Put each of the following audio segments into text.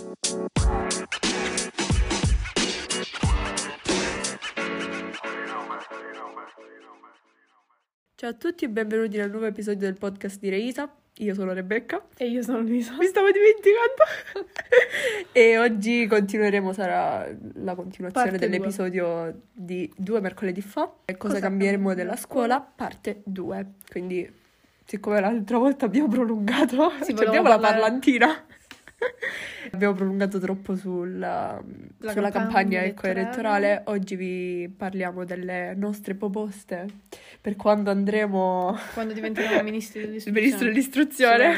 Ciao a tutti e benvenuti nel nuovo episodio del podcast di Reisa. Io sono Rebecca. E io sono Luisa. Mi stavo dimenticando. E oggi continueremo, sarà la continuazione Parte dell'episodio di 2 mercoledì fa. E cosa cambieremo della scuola? Parte 2. Quindi, siccome l'altra volta abbiamo prolungato, abbiamo la parlantina. Abbiamo prolungato troppo sulla campagna elettorale. Oggi vi parliamo delle nostre proposte per quando diventeremo ministri dell'istruzione. Ministro dell'istruzione.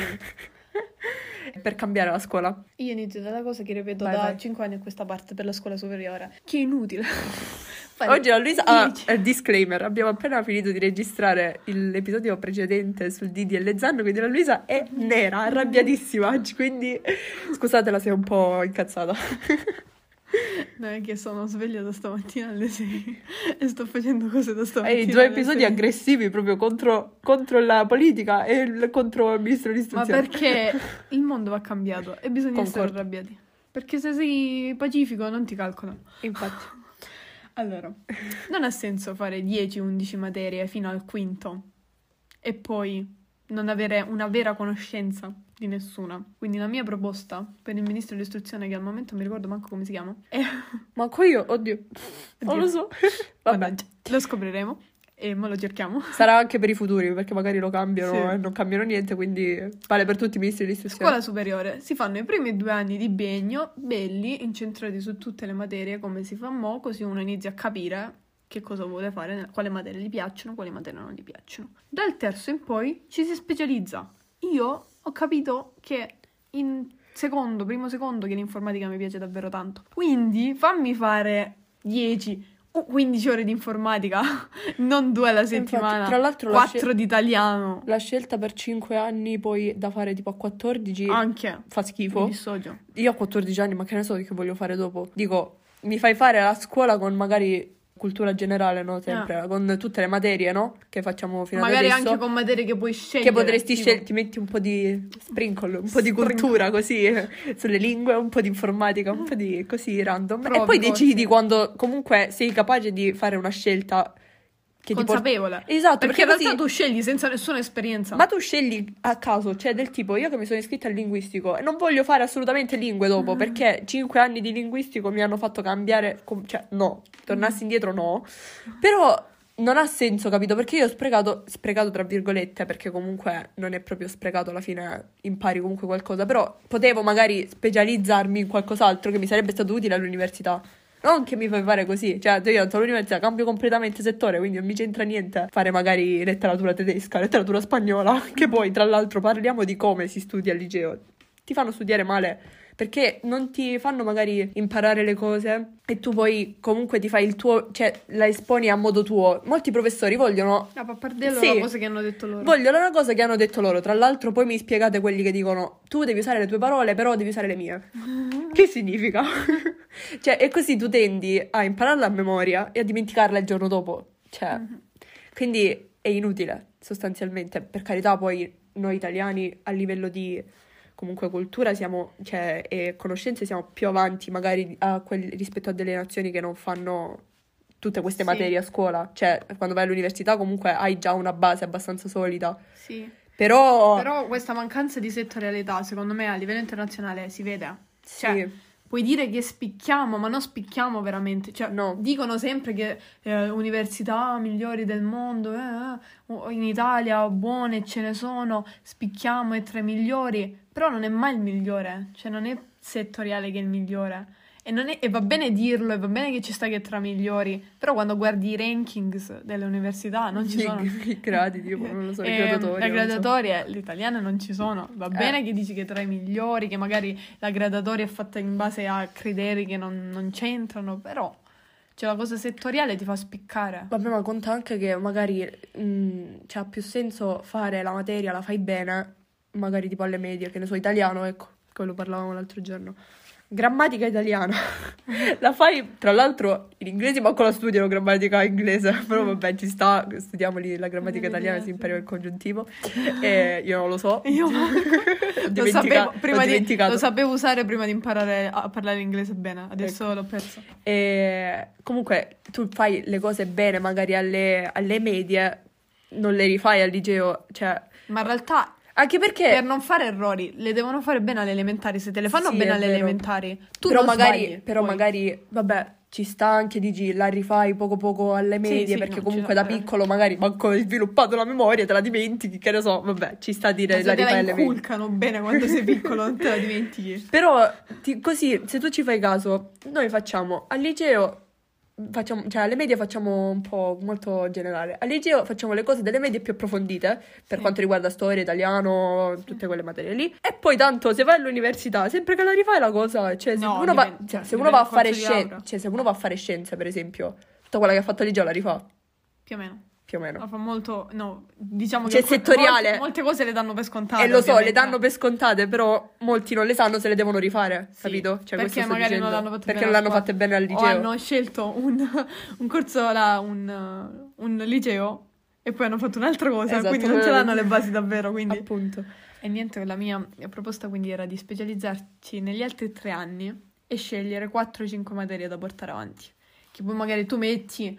Per cambiare la scuola. Io inizio dalla cosa che ripeto Vai. 5 anni a questa parte per la scuola superiore, che è inutile. Oggi la Luisa disclaimer, abbiamo appena finito di registrare l'episodio precedente sul DDL Zan, quindi la Luisa è nera, arrabbiatissima oggi, quindi scusatela se è un po' incazzata. No, è che sono sveglia da stamattina alle 6 e sto facendo cose da stamattina. Hai 2 episodi aggressivi proprio contro la politica e contro il ministro dell'istruzione. Ma perché il mondo va cambiato e bisogna essere arrabbiati. Perché se sei pacifico non ti calcolano. Infatti. Allora, non ha senso fare 10-11 materie fino al quinto e poi non avere una vera conoscenza di nessuna. Quindi la mia proposta per il ministro dell'istruzione, che al momento mi ricordo manco come si chiama, è... Manco io, oddio. Non lo so. Vabbè, lo scopriremo e me lo cerchiamo. Sarà anche per i futuri, perché magari lo cambiano e non cambiano niente, quindi vale per tutti i ministri dell'istruzione. Scuola superiore. Si fanno i primi 2 anni di biennio, belli, incentrati su tutte le materie, come si fa mo', così uno inizia a capire che cosa vuole fare, quali materie gli piacciono, quali materie non gli piacciono. Dal terzo in poi ci si specializza. Io ho capito che in primo secondo, che l'informatica mi piace davvero tanto. Quindi fammi fare 10 o 15 ore di informatica, non 2 alla settimana. Infatti, tra l'altro 4 di italiano. La scelta per 5 anni poi da fare tipo a 14 anche fa schifo. Mi dissocio. Io ho 14 anni, ma che ne so che voglio fare dopo. Dico, mi fai fare la scuola con magari cultura generale, no? Sempre, con tutte le materie, no? Che facciamo fino ad adesso. Magari anche con materie che puoi scegliere. Che potresti scegliere, ti metti un po' di sprinkle, un po' di cultura così, sulle lingue, un po' di informatica, un po' di così random. E poi decidi quando comunque sei capace di fare una scelta che consapevole. Esatto, perché in realtà tu scegli senza nessuna esperienza. Ma tu scegli a caso, cioè del tipo, io che mi sono iscritta al linguistico e non voglio fare assolutamente lingue dopo, perché 5 anni di linguistico mi hanno fatto cambiare, cioè no, tornassi indietro no, però non ha senso, capito? Perché io ho sprecato tra virgolette, perché comunque non è proprio sprecato, alla fine impari comunque qualcosa, però potevo magari specializzarmi in qualcos'altro che mi sarebbe stato utile all'università. Non che mi fai fare così, cioè io all'università cambio completamente settore, quindi non mi c'entra niente fare magari letteratura tedesca, letteratura spagnola, che poi tra l'altro parliamo di come si studia al liceo. Ti fanno studiare male, perché non ti fanno magari imparare le cose e tu poi comunque ti fai il tuo, cioè la esponi a modo tuo. Molti professori vogliono a parte la cosa che hanno detto loro. Vogliono una cosa che hanno detto loro. Tra l'altro poi mi spiegate quelli che dicono tu devi usare le tue parole, però devi usare le mie. Che significa? Cioè, e così tu tendi a impararla a memoria e a dimenticarla il giorno dopo. Cioè, quindi è inutile, sostanzialmente. Per carità, poi noi italiani a livello di comunque cultura siamo, cioè, e conoscenze siamo più avanti magari rispetto a delle nazioni che non fanno tutte queste materie a scuola. Cioè, quando vai all'università comunque hai già una base abbastanza solida. Sì. Però questa mancanza di settorialità, secondo me, a livello internazionale si vede. Cioè, sì. Puoi dire che spicchiamo, ma non spicchiamo veramente. Cioè, no. Dicono sempre che università migliori del mondo, in Italia buone ce ne sono, spicchiamo è tra i migliori, però non è mai il migliore. Cioè, non è settoriale che è il migliore. E va bene dirlo, e va bene che ci sta che è tra migliori, però quando guardi i rankings delle università non ci sono. I gradi, tipo, non lo so, le graduatorie. Le graduatorie, le italiane non ci sono. Va bene che dici che tra i migliori, che magari la graduatoria è fatta in base a criteri che non c'entrano, però cioè la cosa settoriale ti fa spiccare. Vabbè, ma conta anche che magari ha più senso fare la materia, la fai bene, magari tipo alle medie, che ne so, italiano, ecco. quello parlavamo l'altro giorno. Grammatica italiana. La fai, tra l'altro, in inglese, manco la studiano grammatica inglese, però vabbè, ci sta, studiamo lì la grammatica italiana, si impara il congiuntivo. E io non lo so. Io Ho lo sapevo usare prima di imparare a parlare inglese bene, adesso Ecco. l'ho perso. E comunque tu fai le cose bene, magari alle medie, non le rifai al liceo, cioè... Ma in realtà... Anche perché... Per non fare errori, le devono fare bene alle elementari. Se te le fanno Sì, bene è alle vero. elementari, tu però non magari, sbagli, però poi. magari, vabbè, ci sta anche, dici, la rifai poco poco alle medie, sì, perché no, comunque ci da sta. piccolo magari manco hai sviluppato la memoria, te la dimentichi, che ne so, vabbè, ci sta a dire Ma la se te rifai la alle medie. inculcano bene quando sei piccolo, non te la dimentichi. Però, così, se tu ci fai caso, noi facciamo al liceo, cioè alle medie facciamo un po' molto generale. Al liceo facciamo le cose delle medie più approfondite, per Sì. quanto riguarda storia, italiano, tutte quelle materie lì. E poi tanto, se vai all'università, sempre che la rifai la cosa, cioè se No, uno va, dipende, cioè, se dipende uno va a dal fare corso di laurea. scienze, cioè se uno va a fare scienze, per esempio, tutta quella che ha fatto al liceo la rifà, Più o meno. più o meno. Ma fa molto... No, diciamo Cioè, che settoriale. molte cose le danno per scontate. E lo so, le ovviamente. danno per scontate, però molti non le sanno, se le devono rifare, Sì, capito? Cioè, questo perché sto magari dicendo. non l'hanno fatte Perché bene non a l'hanno scuola. fatte bene al O liceo. hanno scelto un corso là, un liceo, e poi hanno fatto un'altra cosa, Esatto, quindi non ce l'hanno le basi davvero, quindi... Appunto. E niente, la mia proposta quindi era di specializzarci negli altri 3 anni e scegliere 4-5 materie da portare avanti. Che poi magari tu metti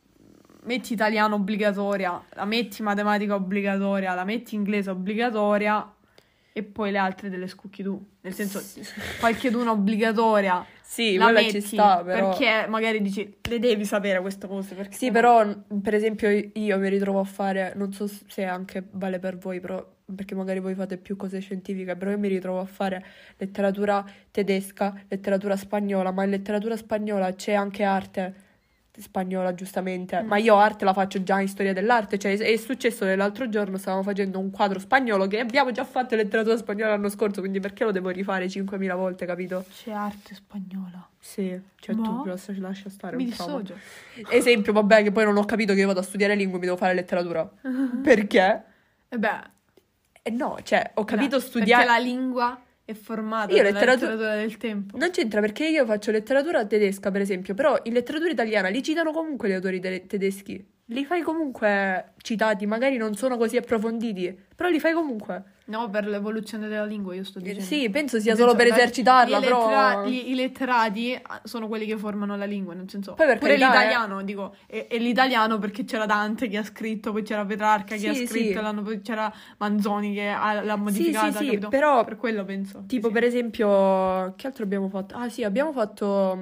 italiano obbligatoria, la metti matematica obbligatoria, la metti inglese obbligatoria e poi le altre te le scucchi tu. Nel senso, qualche d'una obbligatoria Sì, la quella metti ci sta, però... perché magari dici, le devi sapere queste cose. Perché Sì, però, per esempio, io mi ritrovo a fare, non so se anche vale per voi, però, perché magari voi fate più cose scientifiche, però io mi ritrovo a fare letteratura tedesca, letteratura spagnola, ma in letteratura spagnola c'è anche arte spagnola, giustamente, ma io arte la faccio già in storia dell'arte, cioè è successo l'altro giorno, stavamo facendo un quadro spagnolo che abbiamo già fatto in letteratura spagnola l'anno scorso, quindi perché lo devo rifare 5.000 volte, capito? c'è arte spagnola. Sì, cioè Ma? tu lascia stare Mi un trauma. dissocio. Esempio, vabbè, che poi non ho capito che io vado a studiare lingue, mi devo fare letteratura. Perché? E beh, No, cioè, ho capito studiare... perché la lingua è formata Io dalla letteratura- letteratura del tempo. Non c'entra perché io faccio letteratura tedesca, per esempio, però in letteratura italiana li citano comunque gli autori tedeschi. Li fai comunque citati, magari non sono così approfonditi, però li fai comunque. No, per l'evoluzione della lingua, io sto dicendo. Sì, penso sia Nel solo senso, per esercitarla, però... I letterati sono quelli che formano la lingua, nel senso... Poi per pure carità, l'italiano, dico, è l'italiano perché c'era Dante che ha scritto, poi c'era Petrarca che ha Sì, scritto, sì. poi c'era Manzoni che l'ha modificata, sì, capito? però- Per quello penso. Tipo, sì. per esempio, che altro abbiamo fatto? Ah, sì, abbiamo fatto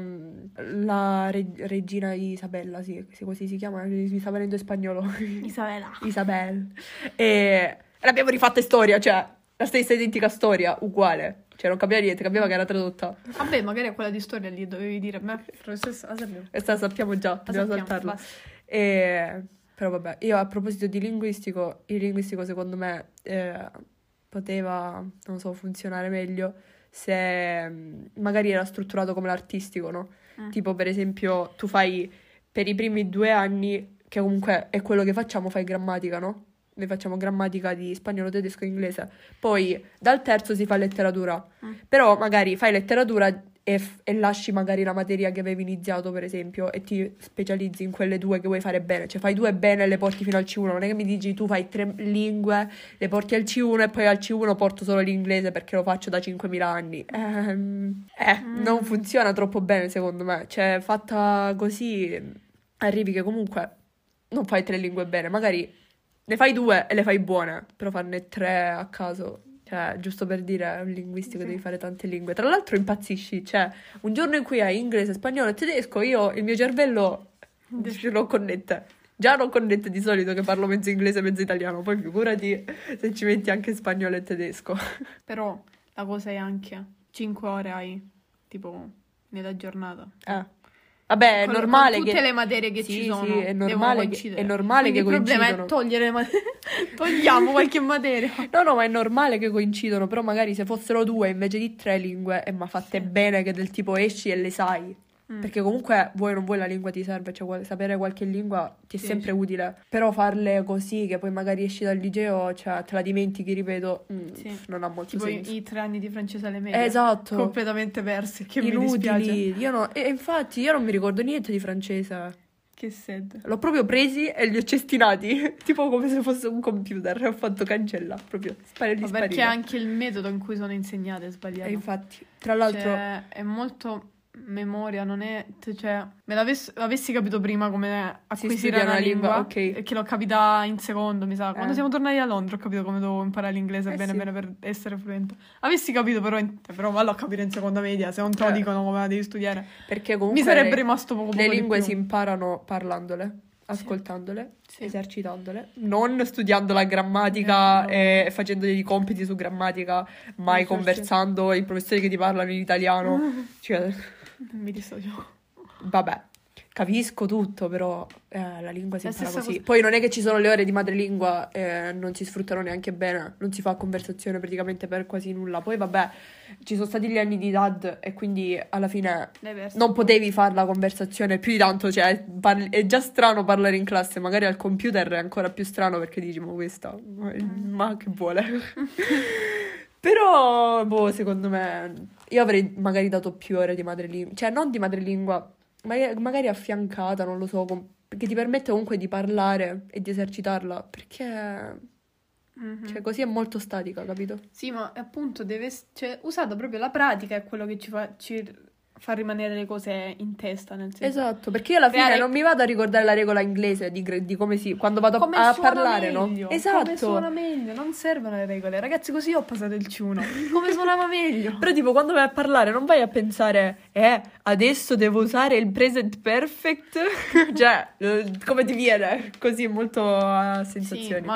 la regina Isabella, sì, così si chiama, mi sta venendo in spagnolo. Isabella. Isabel. E l'abbiamo rifatta in storia, cioè, la stessa identica storia, uguale. Cioè, non cambiava niente, cambiava che era tradotta. Vabbè, magari a quella di storia lì dovevi dire, beh, professoressa, la sappiamo. Questa la sappiamo già, La dobbiamo sappiamo, saltarla. basta. Però vabbè, io a proposito di linguistico, il linguistico secondo me poteva, non so, funzionare meglio se magari era strutturato come l'artistico, no? Tipo, per esempio, tu fai per i primi 2 anni, che comunque è quello che facciamo, fai grammatica, no? Noi facciamo grammatica di spagnolo, tedesco e inglese. Poi dal terzo si fa letteratura. Però magari fai letteratura e lasci magari la materia che avevi iniziato, per esempio, e ti specializzi in quelle 2 che vuoi fare bene. Cioè fai 2 bene e le porti fino al C1. Non è che mi dici tu fai 3 lingue, le porti al C1 e poi al C1 porto solo l'inglese perché lo faccio da 5.000 anni. Non funziona troppo bene secondo me. Cioè fatta così arrivi che comunque non fai 3 lingue bene. Magari ne fai 2 e le fai buone, però farne 3 a caso... Cioè, giusto per dire, è un linguistico, Sì. devi fare tante lingue. Tra l'altro impazzisci, cioè, un giorno in cui hai inglese, spagnolo e tedesco, il mio cervello non connette. Già non connette di solito che parlo mezzo inglese e mezzo italiano, poi figurati se ci metti anche spagnolo e tedesco. Però la cosa è anche 5 ore hai, tipo, nella giornata. Vabbè, è Con normale tutte che... le materie che Sì, ci sono, sì, è devono normale che- coincidere. è normale Quindi che il problema è coincidono. togliere le materie. Togliamo qualche materia. No, ma è normale che coincidono, però magari se fossero 2 invece di 3 lingue, ma fatte bene, che del tipo esci e le sai. Perché comunque vuoi o non vuoi la lingua ti serve, cioè sapere qualche lingua ti è Sì, sempre sì. utile. Però farle così, che poi magari esci dal liceo, cioè te la dimentichi, ripeto, Sì. non ha molto Tipo senso. i 3 anni di francese alle medie. Esatto. Completamente persi, che mi dispiace. Inutili. E infatti io non mi ricordo niente di francese. Che sed. L'ho proprio presi e li ho cestinati, tipo come se fosse un computer. Ho fatto cancella, proprio sparire di Ma sparire. perché anche il metodo in cui sono insegnate è sbagliato. Infatti, tra l'altro... Cioè, è molto memoria, non è... Cioè, me l'avessi capito prima come acquisire studia una una lingua, lingua, ok. e che l'ho capita in secondo, mi sa. Quando siamo tornati a Londra ho capito come dovevo imparare l'inglese bene sì. bene per essere fluente. Avessi capito però vallo a capire in seconda media, se non te lo dicono come la devi studiare. Perché comunque Mi sarebbe rimasto poco le di lingue più. si imparano parlandole, ascoltandole, Sì. esercitandole, non studiando la grammatica No. e facendo dei compiti su grammatica, mai Sì, conversando i professori che ti parlano in italiano. Cioè, Mi dissocio. vabbè, capisco tutto, però la lingua si La impara stessa così. cosa- Poi non è che ci sono le ore di madrelingua e non si sfruttano neanche bene, non si fa conversazione praticamente per quasi nulla. Poi vabbè, ci sono stati gli anni di DAD e quindi alla fine non potevi fare la conversazione più di tanto, cioè è già strano parlare in classe, magari al computer è ancora più strano perché dici, ma questa, ma che vuole? Però, boh, secondo me, io avrei magari dato più ore di madrelingua, cioè non di madrelingua, magari affiancata, non lo so, perché ti permette comunque di parlare e di esercitarla, perché, cioè, così è molto statica, capito? Sì, ma appunto cioè, usato proprio la pratica è quello che ci fa rimanere le cose in testa, nel senso. Esatto, perché io alla fine Creare- non mi vado a ricordare la regola inglese di come si, quando vado Come a suona parlare, meglio, no? Esatto. Come suona meglio, non servono le regole. Ragazzi, così ho passato il C1. Come suonava meglio. Però tipo quando vai a parlare non vai a pensare adesso devo usare il present perfect cioè come ti viene così molto a sensazioni. Sì, ma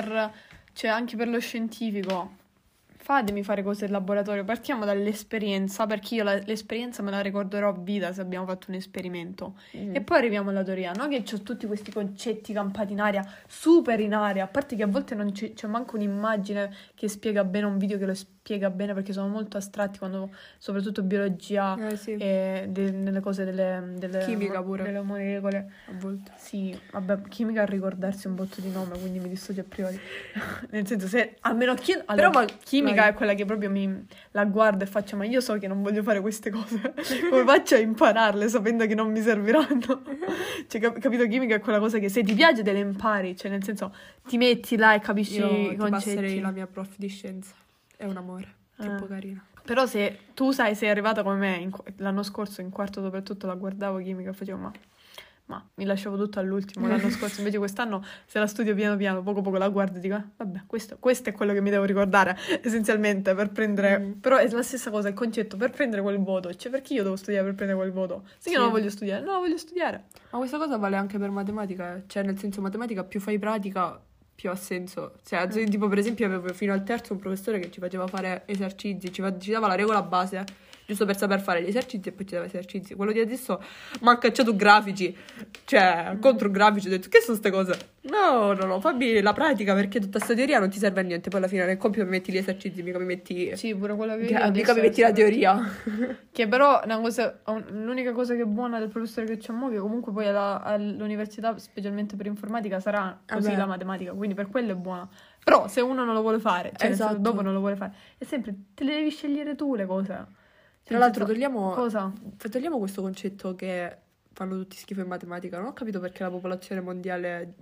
anche per lo scientifico. Fatemi fare cose in laboratorio. Partiamo dall'esperienza, perché io l'esperienza me la ricorderò a vita se abbiamo fatto un esperimento. E poi arriviamo alla teoria, no? Che c'ho tutti questi concetti campati in aria, super in aria, a parte che a volte non c'è manco un'immagine che spiega bene, un video che lo spiega bene, perché sono molto astratti, soprattutto biologia Sì. e nelle cose delle Chimica pure. delle molecole. A volte. Sì, vabbè, chimica a ricordarsi un botto di nome, quindi mi dissocio a priori. Nel senso, se a meno che... Però chimica vai. è quella che proprio la guardo e faccio, ma io so che non voglio fare queste cose. Come faccio a impararle sapendo che non mi serviranno? Cioè, capito? Chimica è quella cosa che se ti piace te le impari, cioè nel senso, ti metti là e capisci Io i ti concetti. passerei la mia prof di scienza, è un amore, troppo carina. Però se tu sei arrivata come me l'anno scorso in quarto soprattutto la guardavo chimica e facevo ma mi lasciavo tutto all'ultimo l'anno scorso, invece quest'anno se la studio piano piano, poco poco la guardo e dico vabbè, questo è quello che mi devo ricordare essenzialmente per prendere, però è la stessa cosa, il concetto, per prendere quel voto, cioè perché io devo studiare per prendere quel voto? Se io non voglio studiare, non la voglio studiare. Ma questa cosa vale anche per matematica, cioè nel senso matematica più fai pratica più ha senso, cioè tipo per esempio avevo fino al terzo un professore che ci faceva fare esercizi, ci dava la regola base giusto per saper fare gli esercizi e poi ci dava esercizi. Quello di adesso mi ha cacciato grafici, cioè contro grafici, ho detto che sono ste cose? No, fammi la pratica perché tutta sta teoria non ti serve a niente, poi alla fine nel compito mi metti gli esercizi, mica mi metti Sì, pure quello che mica mi metti la teoria. Che però è una cosa, l'unica cosa che è buona del professore che c'è mo' che comunque poi all'università, specialmente per informatica, sarà così Vabbè. la matematica, quindi per quello è buona. Però se uno non lo vuole fare, cioè nel senso, Esatto. dopo non lo vuole fare, è sempre, te le devi scegliere tu le cose. Tra l'altro togliamo questo concetto che fanno tutti schifo in matematica. Non ho capito perché la popolazione mondiale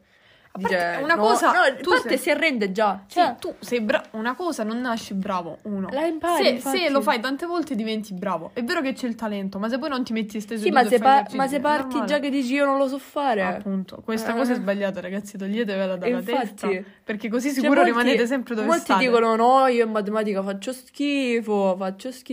dice una no, cosa, no, tu parte si arrende già. Cioè, tu sei una cosa non nasci bravo, uno. la impari, Se infatti. lo fai tante volte diventi bravo. È vero che c'è il talento, ma se poi non ti metti stesso Sì, ma se parti già che dici io non lo so fare. Appunto, questa cosa è sbagliata, ragazzi, toglietevela dalla testa, perché così Cioè, sicuro rimanete sempre dove molti state. dicono no, io in matematica faccio schifo. Ma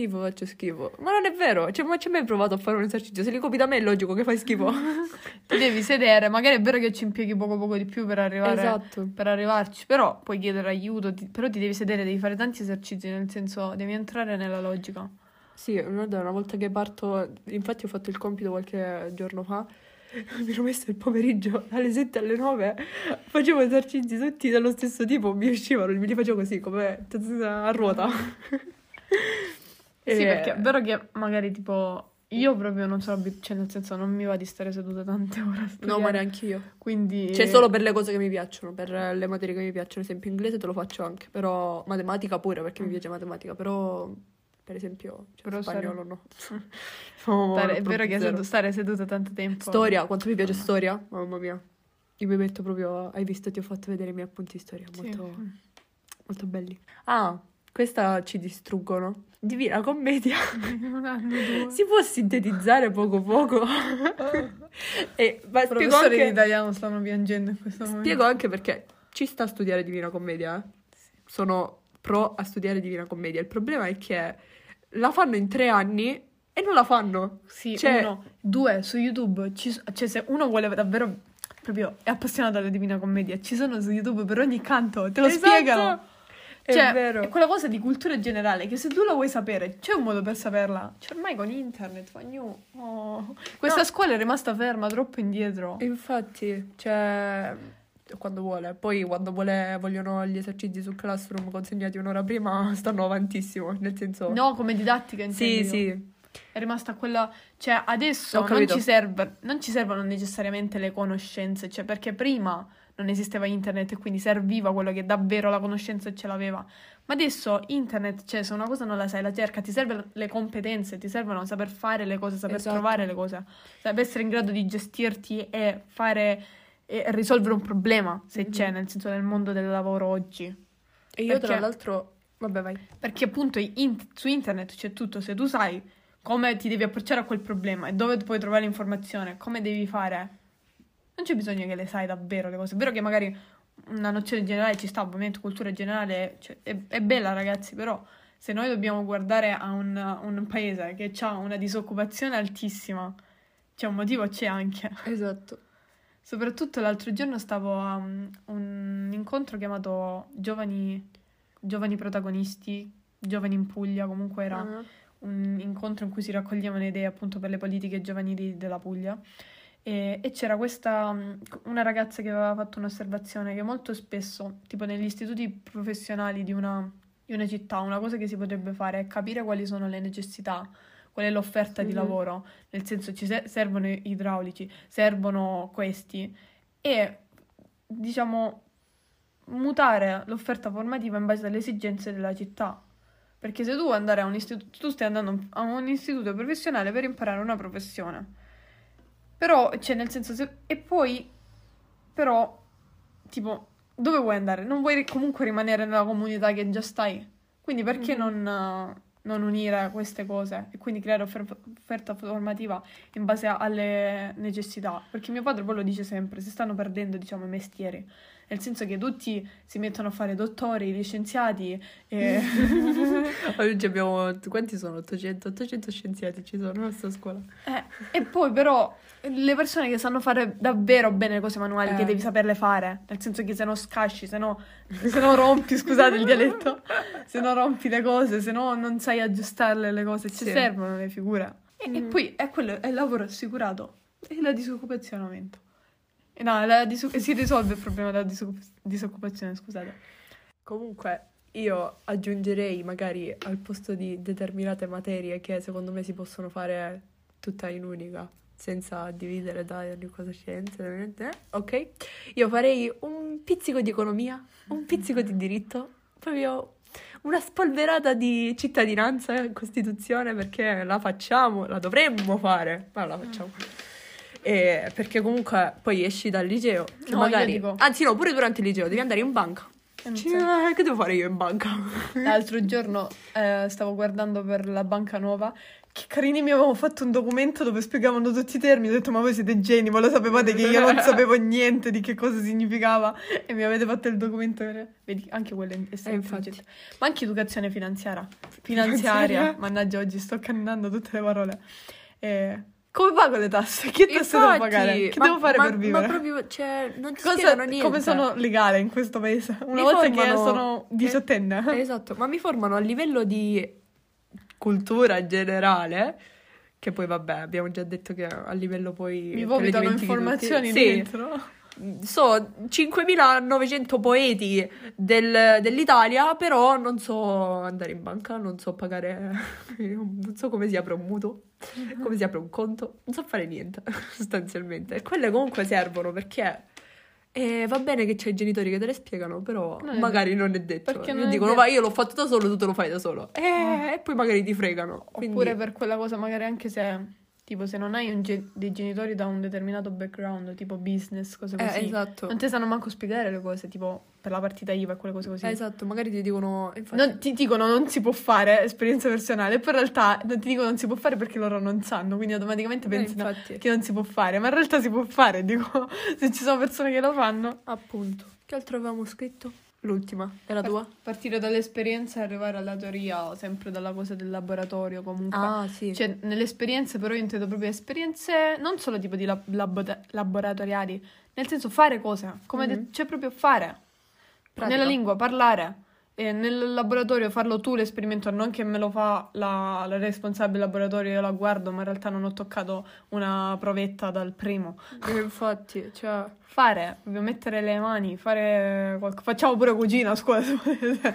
non è vero, cioè, ma ci hai mai provato a fare un esercizio? Se li copi da me è logico che fai schifo. Ti devi sedere, magari è vero che ci impieghi poco di più per arrivare, Esatto. per arrivarci, però puoi chiedere aiuto, però ti devi sedere, devi fare tanti esercizi, nel senso devi entrare nella logica. Sì, una volta che parto, infatti ho fatto il compito qualche giorno fa, mi ero messo il pomeriggio dalle 7 alle 9, facevo esercizi tutti dello stesso tipo, mi uscivano, me li facevo così, come a ruota. Sì, perché è vero che magari tipo Io proprio non sono cioè nel senso non mi va di stare seduta tante ore a studiare. No, ma neanche io. Quindi... Cioè, solo per le cose che mi piacciono, per le materie che mi piacciono. Ad esempio, inglese te lo faccio anche, però matematica pure, perché mi piace matematica, però, per esempio, cioè, Però spagnolo no. È vero che stare seduta tanto tempo... Storia, quanto mi piace storia? Mamma mia. Io mi metto proprio... Hai visto, ti ho fatto vedere i miei appunti di storia, molto, molto belli. Ah, questa ci distruggono. Divina Commedia. Si può sintetizzare poco poco. Ma I professori di italiano stanno piangendo in questo momento. Spiego anche perché ci sta a studiare Divina Commedia. Sono pro a studiare Divina Commedia. Il problema è che la fanno in 3 anni e non la fanno. Sì, cioè... 1, 2, su YouTube, cioè se uno vuole davvero, proprio è appassionato alla Divina Commedia, ci sono su YouTube per ogni canto, te lo spiegano. Cioè, è vero. È quella cosa di cultura generale che se tu la vuoi sapere, c'è un modo per saperla. Cioè, ormai con internet, questa scuola è rimasta ferma, troppo indietro. Infatti, cioè, quando vuole. Poi quando vogliono gli esercizi su Classroom consegnati un'ora prima, stanno avantissimo, nel senso... No, come didattica, intendo. Sì. È rimasta quella... Cioè, adesso non ci servono necessariamente le conoscenze, cioè, perché prima... non esisteva internet e quindi serviva quello che davvero la conoscenza ce l'aveva. Ma adesso internet, cioè se una cosa non la sai, la cerca, ti servono le competenze, ti servono saper fare le cose, saper trovare le cose, saper essere in grado di gestirti e fare e risolvere un problema, se c'è, nel senso nel mondo del lavoro oggi. E io tra l'altro... Vabbè, vai. Perché appunto su internet c'è tutto, se tu sai come ti devi approcciare a quel problema e dove puoi trovare l'informazione, come devi fare... Non c'è bisogno che le sai davvero le cose. È vero che magari una nozione generale ci sta, ovviamente cultura generale cioè, è bella, ragazzi, però se noi dobbiamo guardare a un paese che ha una disoccupazione altissima, c'è un motivo, c'è anche. Esatto. Soprattutto l'altro giorno stavo a un incontro chiamato Giovani Protagonisti, Giovani in Puglia, comunque era un incontro in cui si raccoglievano idee appunto per le politiche giovanili della Puglia. E c'era una ragazza che aveva fatto un'osservazione che molto spesso, tipo negli istituti professionali di una città, una cosa che si potrebbe fare è capire quali sono le necessità, qual è l'offerta di lavoro, nel senso ci servono idraulici, servono questi, e diciamo mutare l'offerta formativa in base alle esigenze della città. Perché se tu vuoi andare a un istituto, tu stai andando a un istituto professionale per imparare una professione. Però, cioè, nel senso, e poi, però, tipo, dove vuoi andare? Non vuoi comunque rimanere nella comunità che già stai? Quindi perché non unire queste cose e quindi creare offerta formativa in base alle necessità? Perché mio padre poi lo dice sempre, si stanno perdendo, diciamo, i mestieri. Nel senso che tutti si mettono a fare dottori, licenziati e... Oggi abbiamo... Quanti sono? 800 scienziati ci sono in questa scuola. E poi però le persone che sanno fare davvero bene le cose manuali, che devi saperle fare, nel senso che se no scasci, se no rompi, scusate il dialetto, se no rompi le cose, se no non sai aggiustarle le cose, ci servono le figure. E poi è il lavoro assicurato e la disoccupazione aumenta. No, si risolve il problema della disoccupazione, scusate. Comunque, io aggiungerei magari al posto di determinate materie che secondo me si possono fare tutta in unica, senza dividere da ogni cosa scienze, ok? Io farei un pizzico di economia, un pizzico di diritto, proprio una spolverata di cittadinanza e Costituzione, perché la facciamo, la dovremmo fare, ma la facciamo. Perché comunque poi esci dal liceo, che magari... Anzi no, pure durante il liceo devi andare in banca. Che devo fare io in banca? L'altro giorno stavo guardando per la banca nuova, che carini, mi avevano fatto un documento dove spiegavano tutti i termini. Ho detto, ma voi siete geni, ma lo sapevate che io non sapevo niente di che cosa significava e mi avete fatto il documento. Vedi, anche quello è semplice. Ma anche educazione finanziaria. Mannaggia, oggi sto cannando tutte le parole. Come pago le tasse? Che tasse devo pagare? Che devo fare per vivere? Ma proprio, cioè, non ti spiegano niente. Come sono legale in questo paese? Una volta che sono 18enne. Esatto, ma mi formano a livello di cultura generale, che poi vabbè, abbiamo già detto che a livello poi... Mi vomitano informazioni dentro. so 5.900 poeti dell'Italia, però non so andare in banca, non so pagare, non so come si apre un mutuo, come si apre un conto, non so fare niente, sostanzialmente. E quelle comunque servono perché va bene che c'hai i genitori che te le spiegano, però magari non è detto. Perché Io dicono, va, io l'ho fatto da solo, tu te lo fai da solo. E poi magari ti fregano. Quindi... Oppure per quella cosa, magari anche se... Tipo, se non hai dei genitori da un determinato background, tipo business, cose così. Esatto. Non ti sanno manco spiegare le cose, tipo, per la partita IVA e quelle cose così. Esatto, magari ti dicono... Infatti... Non, ti dicono non si può fare, esperienza personale, poi in realtà non ti dicono non si può fare perché loro non sanno, quindi automaticamente pensano che non si può fare, ma in realtà si può fare, dico, se ci sono persone che lo fanno. Appunto. Che altro avevamo scritto? L'ultima, è la tua? Partire dall'esperienza e arrivare alla teoria, sempre dalla cosa del laboratorio comunque. Ah, sì. Cioè, nelle esperienze però io intendo proprio esperienze non solo tipo di laboratoriali, nel senso fare cose, come cioè proprio fare. Pratica. Nella lingua, parlare. E nel laboratorio farlo tu l'esperimento, non che me lo fa la responsabile laboratorio, io la guardo, ma in realtà non ho toccato una provetta dal primo. Infatti, cioè... Fare, mettere le mani, fare qualcosa. Facciamo pure cucina a scuola, se volete.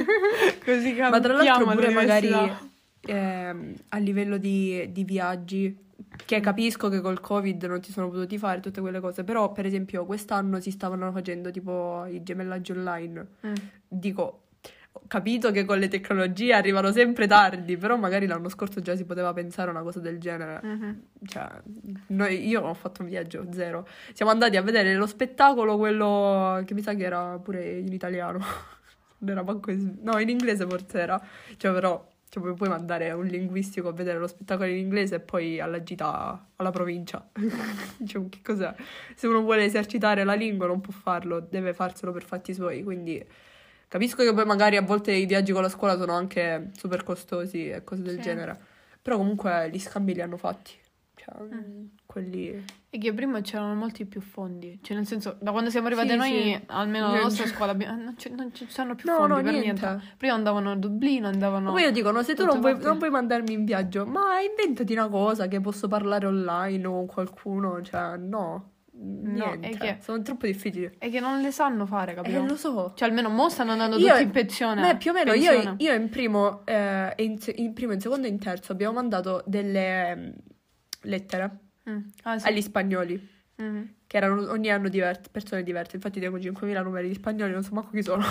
Così cambiamo. Ma tra l'altro pure magari all'università. a livello di viaggi, che capisco che col Covid non ti sono potuti fare tutte quelle cose, però per esempio quest'anno si stavano facendo tipo i gemellaggi online. Dico, ho capito che con le tecnologie arrivano sempre tardi, però magari l'anno scorso già si poteva pensare a una cosa del genere. Cioè, io ho fatto un viaggio zero. Siamo andati a vedere lo spettacolo, quello che mi sa che era pure in italiano. Non era manco no, in inglese forse era. Cioè, però, cioè, puoi mandare un linguistico a vedere lo spettacolo in inglese e poi alla gita alla provincia. Cioè, che cos'è? Se uno vuole esercitare la lingua non può farlo, deve farselo per fatti suoi, quindi... Capisco che poi magari a volte i viaggi con la scuola sono anche super costosi e cose del genere, però comunque gli scambi li hanno fatti, cioè quelli... E che prima c'erano molti più fondi, cioè nel senso, da quando siamo arrivati noi, almeno la nostra scuola, non ci sono più fondi per niente. Prima andavano a Dublino, andavano... Poi io dico, no, se tu non puoi mandarmi in viaggio, ma inventati una cosa che posso parlare online o con qualcuno, cioè no... Niente, è che, sono troppo difficili. È che non le sanno fare, capito? Lo so. Cioè almeno mo stanno andando tutti in pensione. Più o meno io in primo, in secondo e in terzo abbiamo mandato delle lettere agli spagnoli, che erano ogni anno persone diverse. Infatti dico 5.000 numeri di spagnoli, non so manco chi sono.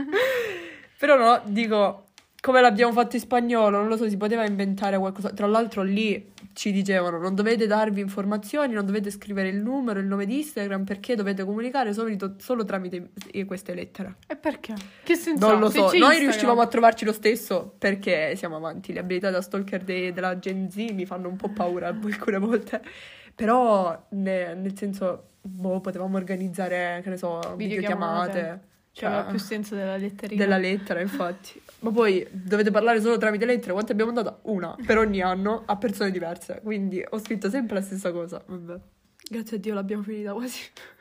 Però no, dico, come l'abbiamo fatto in spagnolo, non lo so, si poteva inventare qualcosa. Tra l'altro lì ci dicevano, non dovete darvi informazioni, non dovete scrivere il numero, il nome di Instagram, perché dovete comunicare solo tramite queste lettere. E perché? Che senso? Non lo so, noi riuscivamo a trovarci lo stesso perché siamo avanti. Le abilità da stalker della Gen Z mi fanno un po' paura alcune volte, però nel senso, potevamo organizzare, che ne so, videochiamate. Cioè, aveva più senso della letterina. Della lettera, infatti. Ma poi dovete parlare solo tramite lettere. Quante abbiamo mandato? Una per ogni anno a persone diverse. Quindi ho scritto sempre la stessa cosa. Vabbè. Grazie a Dio l'abbiamo finita quasi.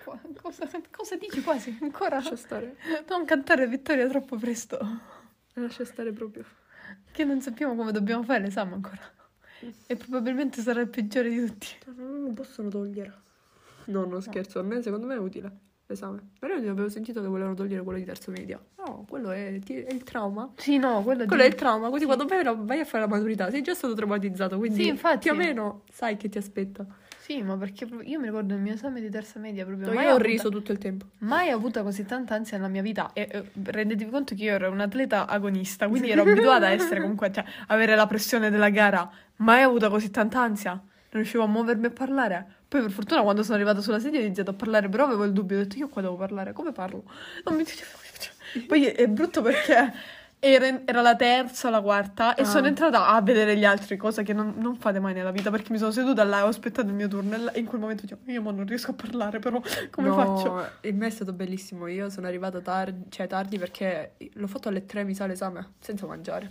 Cosa dici quasi? Ancora? Lascia stare. Non cantare vittoria troppo presto. Lascia stare proprio. Che non sappiamo come dobbiamo fare l'esame ancora. E probabilmente sarà il peggiore di tutti. Non lo possono togliere. No, non scherzo. A me, secondo me è utile. Esame. Però io avevo sentito che volevano togliere quello di terzo media. No, quello è il trauma. Sì, no, quello è il trauma. Così quando vai a fare la maturità sei già stato traumatizzato. Quindi sì, infatti, più o meno sai che ti aspetta. Sì, ma perché io mi ricordo il mio esame di terza media proprio. Io ho riso tutto il tempo. Mai avuto così tanta ansia nella mia vita. E rendetevi conto che io ero un atleta agonista, quindi ero abituata a essere comunque, cioè, avere la pressione della gara. Mai avuto così tanta ansia. Non riuscivo a muovermi a parlare. Poi per fortuna quando sono arrivata sulla sedia ho iniziato a parlare, però avevo il dubbio, ho detto io qua devo parlare, come parlo? Non mi... Poi è brutto perché era la terza o la quarta e sono entrata a vedere gli altri, cosa che non fate mai nella vita, perché mi sono seduta là e ho aspettato il mio turno e in quel momento dicevo, io non riesco a parlare, però come faccio? Il me è stato bellissimo, io sono arrivata tardi perché l'ho fatto alle 3 mi sa l'esame, senza mangiare,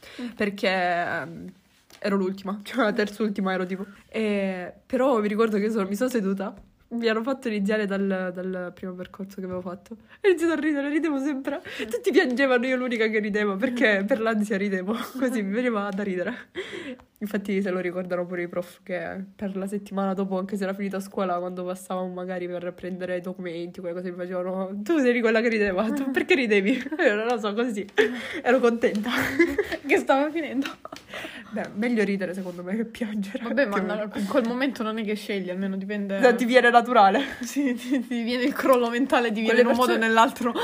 perché... ero l'ultima, cioè la terz'ultima ero tipo. Però mi ricordo che mi sono seduta, mi hanno fatto iniziare dal primo percorso che avevo fatto. Ho iniziato a ridere, ridevo sempre. Tutti piangevano, io l'unica che ridevo, perché per l'ansia ridevo, così mi veniva da ridere. Infatti se lo ricordano pure i prof che per la settimana dopo, anche se era finita scuola, quando passavamo magari per prendere i documenti, quelle cose mi facevano: tu eri quella che rideva, tu perché ridevi? Io non lo so, così ero contenta che stava finendo. Beh, meglio ridere secondo me che piangere. Vabbè, ma in quel momento non è che scegli, almeno dipende. Ti viene naturale. Sì, ti viene il crollo mentale, ti viene in un modo o nell'altro.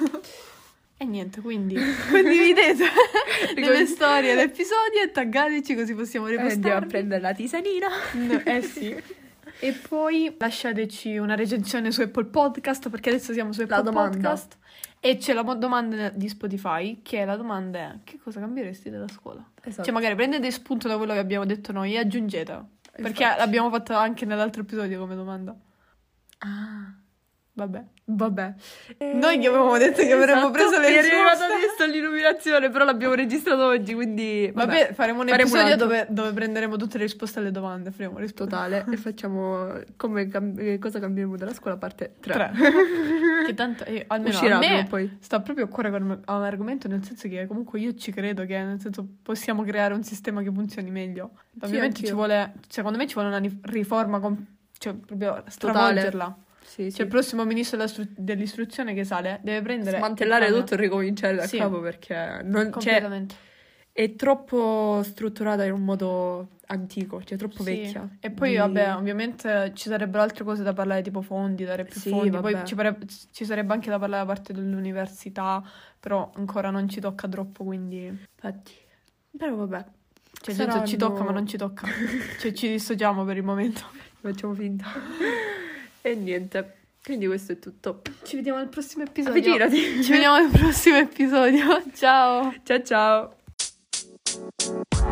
E niente, quindi condividete le storie, l'episodio e taggateci così possiamo ripostare. Andiamo a prendere la tisanina. Sì. E poi lasciateci una recensione su Apple Podcast, perché adesso siamo su Apple Podcast. E c'è la domanda di Spotify, che la domanda è: che cosa cambieresti della scuola? Esatto. Cioè magari prendete spunto da quello che abbiamo detto noi e aggiungete, perché l'abbiamo fatto anche nell'altro episodio come domanda. Ah, vabbè. Noi che avevamo detto che avremmo preso le risposte. Mi è arrivata adesso l'illuminazione, però l'abbiamo registrato oggi, quindi vabbè, faremo un episodio dove prenderemo tutte le risposte alle domande, faremo totale e facciamo cosa cambieremo della scuola parte 3. Che tanto almeno a me poi sta proprio a cuore un argomento, nel senso che comunque io ci credo che nel senso possiamo creare un sistema che funzioni meglio. Ovviamente secondo me ci vuole una riforma cioè proprio stravolgerla. Sì. Cioè il prossimo ministro dell'istruzione che sale deve prendere smantellare tutto e ricominciare da capo, perché non completamente. È troppo strutturata in un modo antico, cioè troppo vecchia. E poi vabbè, ovviamente ci sarebbero altre cose da parlare, tipo fondi, dare più fondi. Vabbè. Poi ci sarebbe anche da parlare da parte dell'università, però ancora non ci tocca troppo, quindi infatti. Però vabbè, cioè ci tocca ma non ci tocca. Cioè ci dissociamo per il momento. Facciamo finta. E niente, quindi questo è tutto. Ci vediamo al prossimo episodio. Avvicinati. Ci vediamo al prossimo episodio. Ciao. Ciao.